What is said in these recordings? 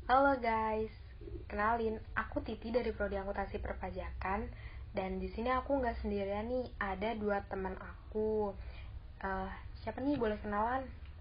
Halo guys, kenalin, aku Titi dari Prodi Akuntansi Perpajakan. Dan di sini aku nggak sendirian nih, ada dua teman aku. Siapa nih, boleh kenalan?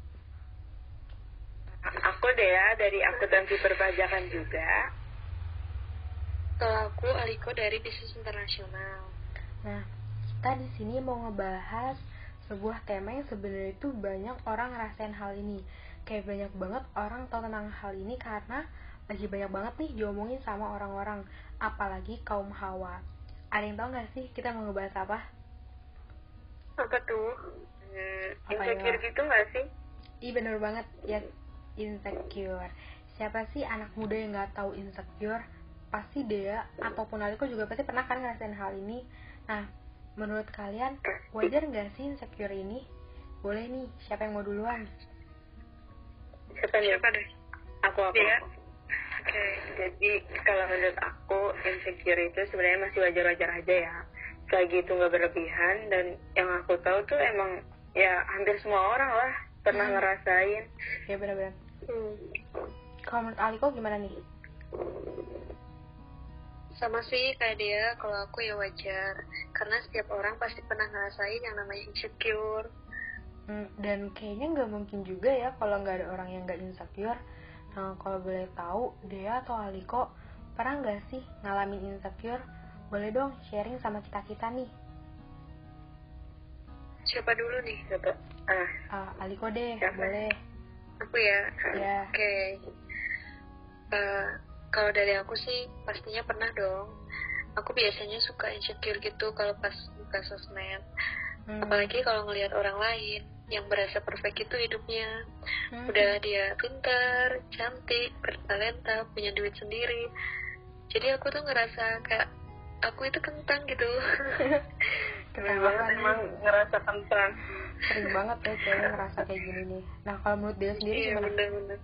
Aku Dea dari akuntansi perpajakan juga. Kalau aku Aliko dari Bisnis Internasional. Nah, kita di sini mau ngebahas sebuah tema yang sebenarnya itu banyak orang ngerasain hal ini. Kayak banyak banget orang tahu tentang hal ini karena lagi banyak banget nih diomongin sama orang-orang, apalagi kaum hawa. Ada yang tahu nggak sih kita mau ngebahas apa? Apa tuh? Apa Insecure ya? gitu nggak sih? Ih, bener banget ya, insecure. Siapa sih anak muda yang nggak tahu insecure? Pasti Dea ataupun Aliko juga pasti pernah kan ngerasain hal ini. Nah, menurut kalian wajar nggak sih insecure ini? Boleh nih, siapa yang mau duluan? Siapa nih? Siapa deh? Aku. Dea? Oke. Jadi kalau menurut aku insecure itu sebenarnya masih wajar-wajar aja ya. Selagi itu nggak berlebihan, dan yang aku tahu tuh emang ya hampir semua orang lah pernah ngerasain. Ya benar-benar. Kalau menurut Aliko gimana nih? Sama sih kayak dia, kalau aku ya wajar. Karena setiap orang pasti pernah ngerasain yang namanya insecure. Dan kayaknya nggak mungkin juga ya kalau nggak ada orang yang nggak insecure. Nah, kalau boleh tahu, Dea atau Aliko pernah nggak sih ngalamin insecure? Boleh dong sharing sama kita-kita nih. Siapa dulu nih? Gitu. Aliko deh, Siapa? boleh. Aku ya? Ya. Oke. Kalau dari aku sih pastinya pernah dong. Aku biasanya suka insecure gitu kalau pas buka sosmed. Apalagi kalau ngelihat orang lain yang berasa perfect itu hidupnya. Udah dia pintar, cantik, bertalenta, punya duit sendiri. Jadi aku tuh ngerasa kayak aku itu kentang gitu. Keren banget emang ngerasa kentang. Sering banget ya cewek ngerasa kayak gini nih. Nah, kalau menurut dia sendiri Iya, gimana? bener-bener.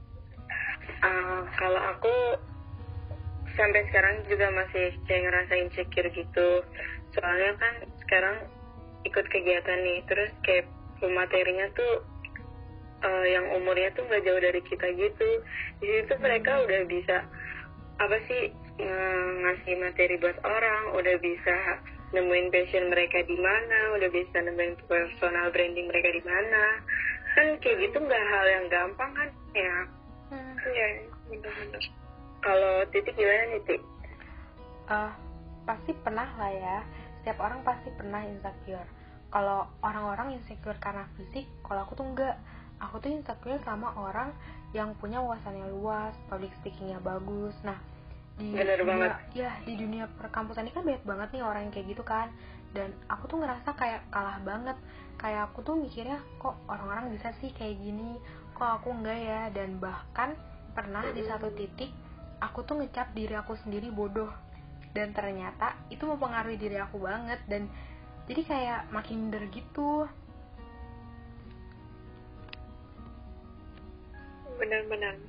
Kalau aku sampai sekarang juga masih kayak ngerasa insecure gitu. Soalnya kan sekarang ikut kegiatan nih, terus kayak pematerinya tuh yang umurnya tuh nggak jauh dari kita gitu. Di situ mereka udah bisa ngasih materi buat orang, udah bisa nemuin passion mereka di mana, udah bisa nemuin personal branding mereka di mana. Kan kayak gitu nggak hal yang gampang kan ya. Iya, bener-bener. Kalau Titik gimana nih, Tik? Pasti pernah lah ya. Setiap orang pasti pernah insecure. Kalau orang-orang insecure karena fisik, kalau aku tuh enggak. Aku tuh insecure sama orang yang punya wawasannya luas, public speakingnya bagus. Nah, di dunia perkampusan ini kan banyak banget nih orang yang kayak gitu kan. Dan aku tuh ngerasa kayak kalah banget. Kayak aku tuh mikirnya, kok orang-orang bisa sih kayak gini, kok aku enggak ya. Dan bahkan pernah di satu titik aku tuh ngecap diri aku sendiri bodoh, dan ternyata itu mempengaruhi diri aku banget, dan jadi kayak makin minder gitu. Bener-bener.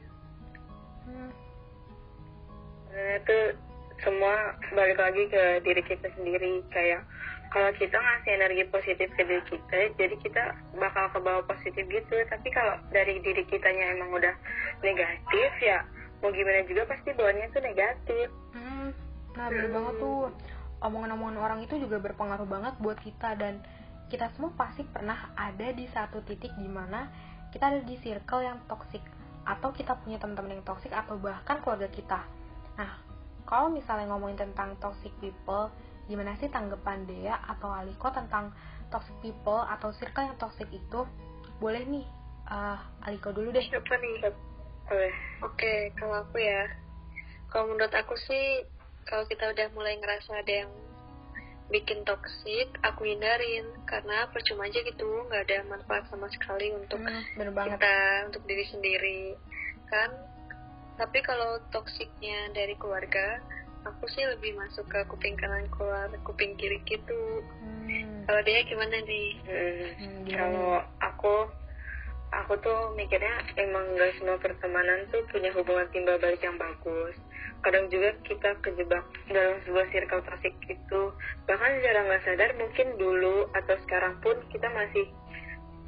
Itu semua balik lagi ke diri kita sendiri. Kayak kalau kita ngasih energi positif ke diri kita, jadi kita bakal ke bawah positif gitu. Tapi kalau dari diri kitanya emang udah negatif, ya mau gimana juga pasti bawaannya tuh negatif. Nah, bener banget tuh. Omongan-omongan orang itu juga berpengaruh banget buat kita, dan kita semua pasti pernah ada di satu titik dimana kita ada di circle yang toksik, atau kita punya teman-teman yang toksik, atau bahkan keluarga kita. Nah, kalau misalnya ngomongin tentang toxic people, gimana sih tanggapan Dea atau Aliko tentang toxic people atau circle yang toxic itu? Boleh nih, Aliko dulu deh. Siapa nih? Oke, kalau aku ya, kalau menurut aku sih, kalau kita udah mulai ngerasa ada yang bikin toksik, aku hindarin. Karena percuma aja gitu, nggak ada manfaat sama sekali untuk kita, untuk diri sendiri kan. Tapi kalau toksiknya dari keluarga, aku sih lebih masuk ke kuping kanan keluar kuping kiri gitu. Kalau dia gimana nih? Kalau aku tuh mikirnya emang gak semua pertemanan tuh punya hubungan timbal balik yang bagus. Kadang juga kita kejebak dalam sebuah circle toxic itu. Bahkan secara gak sadar, mungkin dulu atau sekarang pun kita masih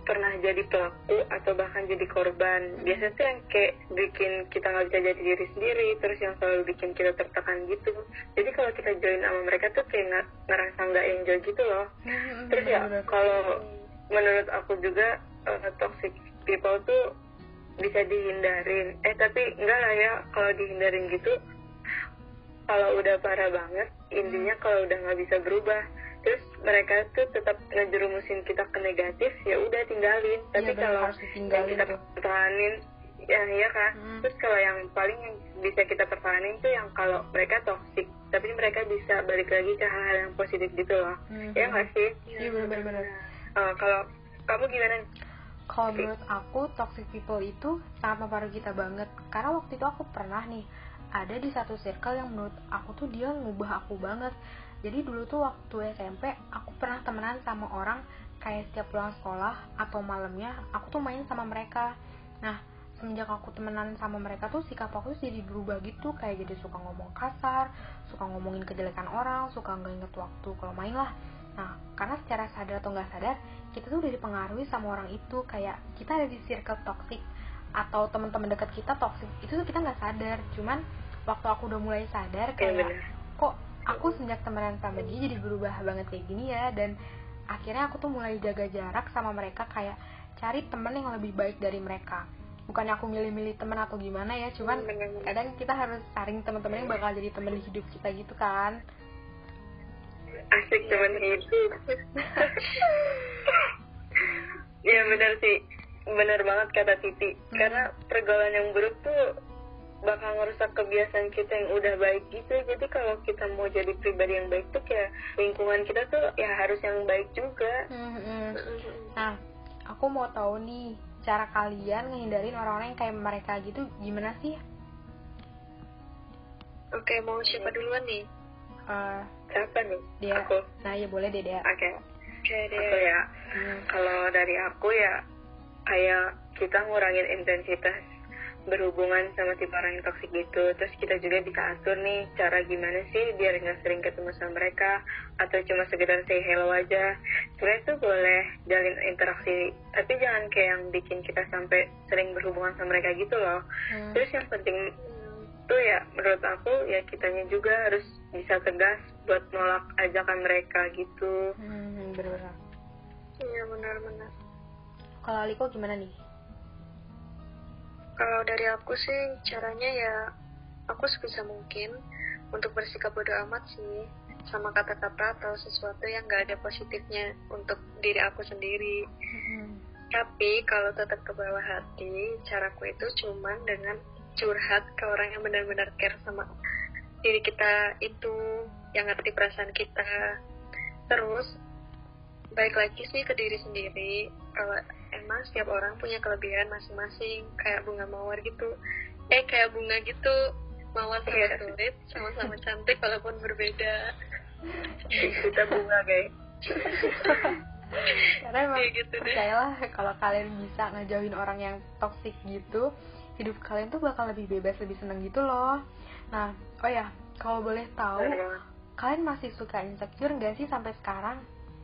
pernah jadi pelaku atau bahkan jadi korban. Biasanya tuh yang kayak bikin kita nggak bisa jadi diri sendiri, terus yang selalu bikin kita tertekan gitu. Jadi kalau kita join sama mereka tuh kayak ngerasa nggak enjoy gitu loh. Terus ya kalau menurut aku juga toxic people tuh bisa dihindarin. Tapi enggak lah ya, kalau dihindarin gitu, kalau udah parah banget, intinya kalau udah nggak bisa berubah, terus mereka tuh tetap ngejerumusin kita ke negatif, ya udah tinggalin. Tapi kalau yang kita pertahanin, ya iya kan. Terus kalau yang paling yang bisa kita pertahanin tuh yang kalau mereka toxic, tapi mereka bisa balik lagi ke hal-hal yang positif gitu loh. Ya nggak sih? Iya benar-benar. Kalau kamu gimana? Kalau menurut aku, toxic people itu sangat mempengaruhi kita banget. Karena waktu itu aku pernah nih, ada di satu circle yang menurut aku tuh dia ngubah aku banget. Jadi dulu tuh waktu SMP, aku pernah temenan sama orang, kayak setiap pulang sekolah atau malamnya, aku tuh main sama mereka. Nah, semenjak aku temenan sama mereka tuh, sikap aku tuh jadi berubah gitu. Kayak jadi suka ngomong kasar, suka ngomongin kejelekan orang, suka nggak inget waktu kalau main lah. Nah, karena secara sadar atau nggak sadar, kita tuh udah dipengaruhi sama orang itu. Kayak kita ada di circle toxic atau teman-teman dekat kita toxic, itu tuh kita nggak sadar. Cuman waktu aku udah mulai sadar, kayak kok aku sejak temenan sama dia jadi berubah banget kayak gini ya. Dan akhirnya aku tuh mulai jaga jarak sama mereka, kayak cari temen yang lebih baik dari mereka. Bukannya aku milih-milih temen atau gimana ya, cuman kadang kita harus saring teman-teman yang bakal jadi temen di hidup kita gitu kan. Asik teman hidup. Ya benar sih, benar banget kata Titi. Karena pergaulan yang buruk tuh bakal ngerusak kebiasaan kita yang udah baik gitu. Jadi kalau kita mau jadi pribadi yang baik tuh kayak lingkungan kita tuh ya harus yang baik juga. Nah, aku mau tahu nih, cara kalian ngehindarin orang-orang yang kayak mereka gitu gimana sih? Oke, mau siapa duluan nih? Siapa nih? Dia. Aku. Nah, ya boleh deh, Dea. Oke, Dea. aku ya. Kalau dari aku ya kayak kita ngurangin intensitas berhubungan sama tipe orang yang toksik gitu. Terus kita juga bisa atur nih cara gimana sih biar nggak sering ketemu sama mereka, atau cuma sekedar say hello aja. Sebenarnya tuh boleh jalin interaksi, tapi jangan kayak yang bikin kita sampai sering berhubungan sama mereka gitu loh. Terus yang penting tuh ya menurut aku ya kitanya juga harus bisa tegas buat nolak ajakan mereka gitu. Benar-benar. Iya benar-benar. Kalau Aliko gimana nih? Kalau dari aku sih caranya ya aku sebisa mungkin untuk bersikap bodo amat sih sama kata-kata atau sesuatu yang gak ada positifnya untuk diri aku sendiri. Tapi kalau tetap ke bawah hati, caraku itu cuman dengan curhat ke orang yang benar-benar care sama diri kita itu, yang ngerti perasaan kita. Terus baik lagi sih ke diri sendiri, kalau emang setiap orang punya kelebihan masing-masing, kayak bunga mawar gitu, kayak bunga gitu, mawar sama tulip sama-sama cantik walaupun berbeda. Kita bunga guys. Karena emang gitu percayalah, kalau kalian bisa ngejauhin orang yang toksik gitu, hidup kalian tuh bakal lebih bebas, lebih seneng gitu loh. Nah, oh ya, kalau boleh tahu, kalian masih suka insecure nggak sih sampai sekarang?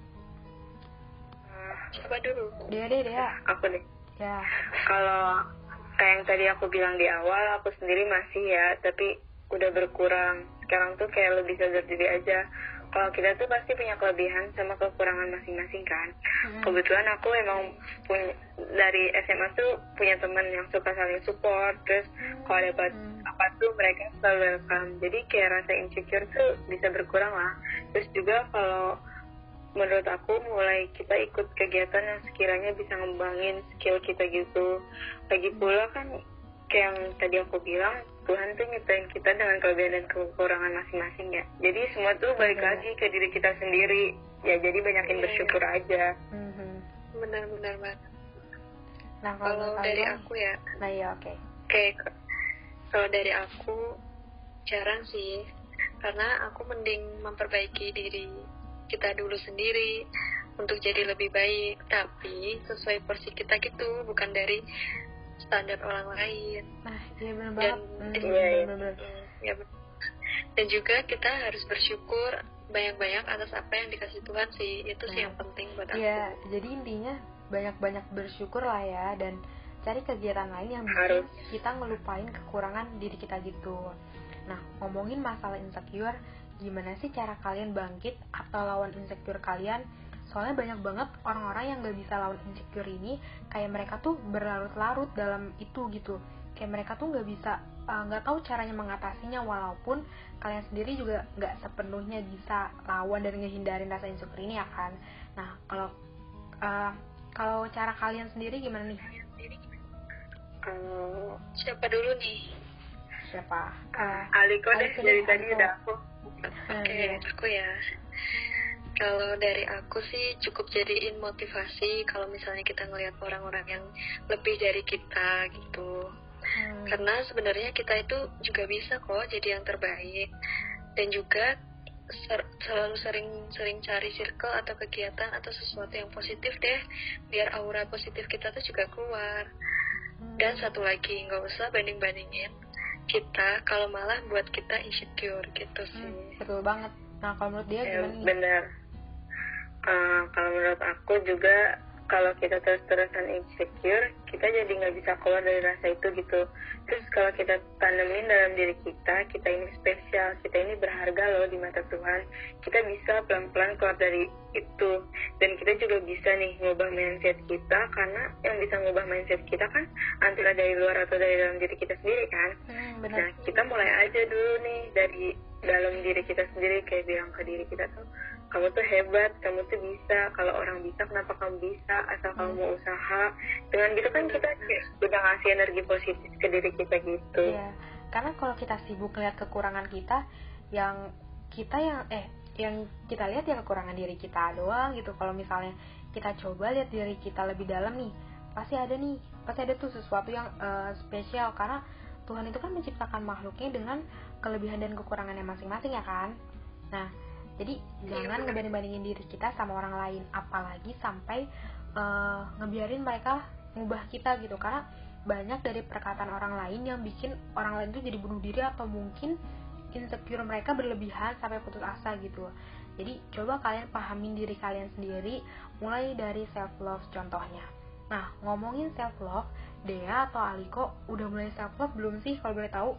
Coba dulu. Dia. Aku nih. Ya. Kalau kayak yang tadi aku bilang di awal, aku sendiri masih ya, tapi udah berkurang. Sekarang tuh kayak lebih sadar diri aja. Kalau kita tuh pasti punya kelebihan sama kekurangan masing-masing kan. Kebetulan aku emang punya, dari SMA tuh punya teman yang suka saling support. Terus kalau dapat apa tuh mereka selalu welcome. Jadi kayak rasa insecure tuh bisa berkurang lah. Terus juga kalau menurut aku mulai kita ikut kegiatan yang sekiranya bisa ngembangin skill kita gitu. Lagi pula kan kayak yang tadi aku bilang, Tuhan tuh nyiptain kita dengan kelebihan dan kekurangan masing-masing ya. Jadi semua tuh balik lagi ke diri kita sendiri. Ya jadi banyakin bersyukur aja. Benar-benar banget. Nah kalau dari aku ya. Nah ya oke. Kalau dari aku jarang sih, karena aku mending memperbaiki diri kita dulu sendiri untuk jadi lebih baik, tapi sesuai porsi kita gitu, bukan dari standar orang lain. Nah, iya benar banget. Dan juga kita harus bersyukur banyak-banyak atas apa yang dikasih Tuhan sih. Itu sih yang penting buat aku. Iya, jadi intinya banyak-banyak bersyukur lah ya, dan cari kegiatan lain yang bikin Harus. kita ngelupain kekurangan diri kita gitu. Nah, ngomongin masalah insecure, gimana sih cara kalian bangkit atau lawan insecure kalian? Soalnya banyak banget orang-orang yang gak bisa lawan insecure ini, kayak mereka tuh berlarut-larut dalam itu gitu. Kayak mereka tuh gak bisa, gak tahu caranya mengatasinya, walaupun kalian sendiri juga gak sepenuhnya bisa lawan dan ngehindarin rasa insecure ini ya kan. Nah, kalau cara kalian sendiri gimana nih? Siapa dulu nih? Siapa? Aliko deh, dari tadi udah aku. Oke, aku ya. Kalau dari aku sih cukup jadiin motivasi kalau misalnya kita ngelihat orang-orang yang lebih dari kita gitu. Karena sebenarnya kita itu juga bisa kok jadi yang terbaik. Dan juga selalu sering cari circle atau kegiatan atau sesuatu yang positif deh, biar aura positif kita tuh juga keluar. Dan satu lagi, nggak usah banding-bandingin kita kalau malah buat kita insecure gitu sih. Betul banget. Nah, kalau menurut dia gimana nih? Bener. Kalau menurut aku juga, kalau kita terus-terusan insecure, kita jadi nggak bisa keluar dari rasa itu gitu. Terus kalau kita tanemin dalam diri kita ini spesial, kita ini berharga loh di mata Tuhan, kita bisa pelan-pelan keluar dari itu. Dan kita juga bisa nih ngubah mindset kita, karena yang bisa ngubah mindset kita kan antara dari luar atau dari dalam diri kita sendiri kan. Nah, kita mulai aja dulu nih dari dalam diri kita sendiri, kayak bilang ke diri kita tuh, kamu tuh hebat, kamu tuh bisa. Kalau orang bisa, kenapa kamu bisa? Asal kamu mau usaha. Dengan gitu kan kita udah ngasih energi positif ke diri kita gitu. Iya, karena kalau kita sibuk lihat kekurangan kita, yang kita lihat ya kekurangan diri kita doang gitu. Kalau misalnya kita coba lihat diri kita lebih dalam nih, pasti ada tuh sesuatu yang spesial, karena Tuhan itu kan menciptakan makhluknya dengan kelebihan dan kekurangannya masing-masing ya kan. Nah, jadi jangan ngebanding-bandingin diri kita sama orang lain, apalagi sampai ngebiarin mereka ngubah kita gitu. Karena banyak dari perkataan orang lain yang bikin orang lain itu jadi bunuh diri, atau mungkin insecure mereka berlebihan sampai putus asa gitu. Jadi coba kalian pahamin diri kalian sendiri, mulai dari self love contohnya. Nah, ngomongin self love, Dea atau Aliko udah mulai self love belum sih, kalau boleh tahu?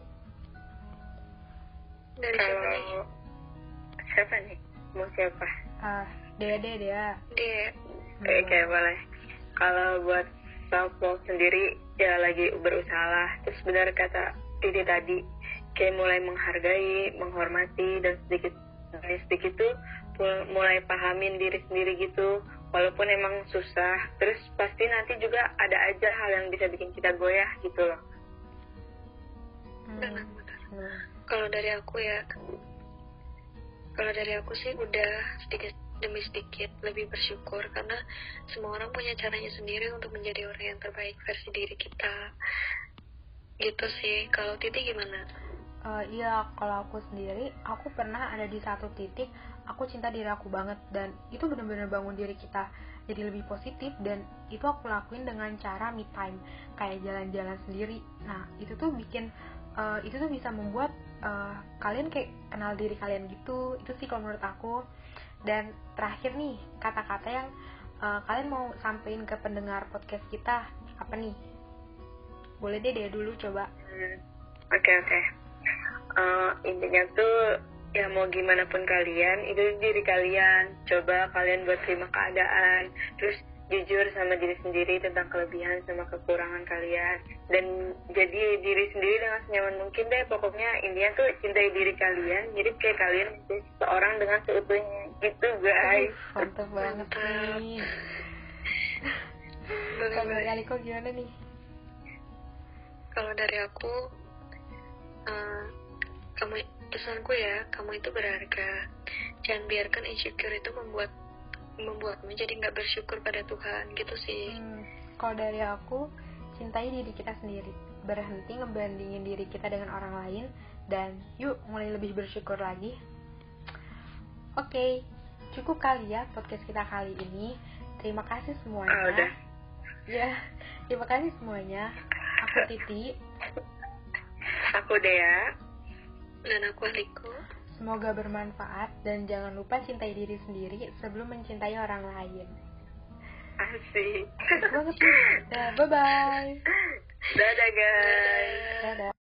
Dari siapa nih? Siapa nih? Mau siapa? Dia. Oke, boleh. Kalau buat self love sendiri, ya lagi berusaha lah. Terus benar kata Didi tadi, kayak mulai menghargai, menghormati, dan sedikit demi sedikit tuh mulai pahamin diri sendiri gitu. Walaupun emang susah, terus pasti nanti juga ada aja hal yang bisa bikin kita goyah gitu loh. Benar. Kalau dari aku sih udah sedikit demi sedikit lebih bersyukur, karena semua orang punya caranya sendiri untuk menjadi orang yang terbaik versi diri kita gitu sih. Kalau Titi gimana? Iya, kalau aku sendiri, aku pernah ada di satu titik aku cinta diri aku banget, dan itu benar-benar bangun diri kita jadi lebih positif. Dan itu aku lakuin dengan cara me time, kayak jalan-jalan sendiri. Nah, itu tuh bisa membuat kalian kayak kenal diri kalian gitu. Itu sih kalau menurut aku. Dan terakhir nih, kata-kata yang kalian mau sampein ke pendengar podcast kita apa nih? Boleh deh dulu coba. Oke. Intinya tuh, ya mau gimana pun kalian, itu diri kalian. Coba kalian buat terima keadaan, terus jujur sama diri sendiri tentang kelebihan sama kekurangan kalian, dan jadi diri sendiri dengan senyaman mungkin deh. Pokoknya intinya tuh cintai diri kalian, jadi kayak kalian menjadi seorang dengan seutuhnya gitu guys. Mantap banget nih. Kalau dari Aliko gimana nih? Kalau dari aku, pesanku ya, kamu itu berharga. Jangan biarkan insecure itu membuatmu jadi nggak bersyukur pada Tuhan gitu sih. Kalau dari aku, cintai diri kita sendiri, berhenti ngebandingin diri kita dengan orang lain, dan yuk mulai lebih bersyukur lagi. Oke, cukup kali ya podcast kita kali ini. Terima kasih semuanya. Udah. Ya, terima kasih semuanya. Aku Titi. Aku Dea. Dan aku Aliko. Semoga bermanfaat, dan jangan lupa cintai diri sendiri sebelum mencintai orang lain. Asik. Banget nih. Bye bye. Dadah guys. Dadah.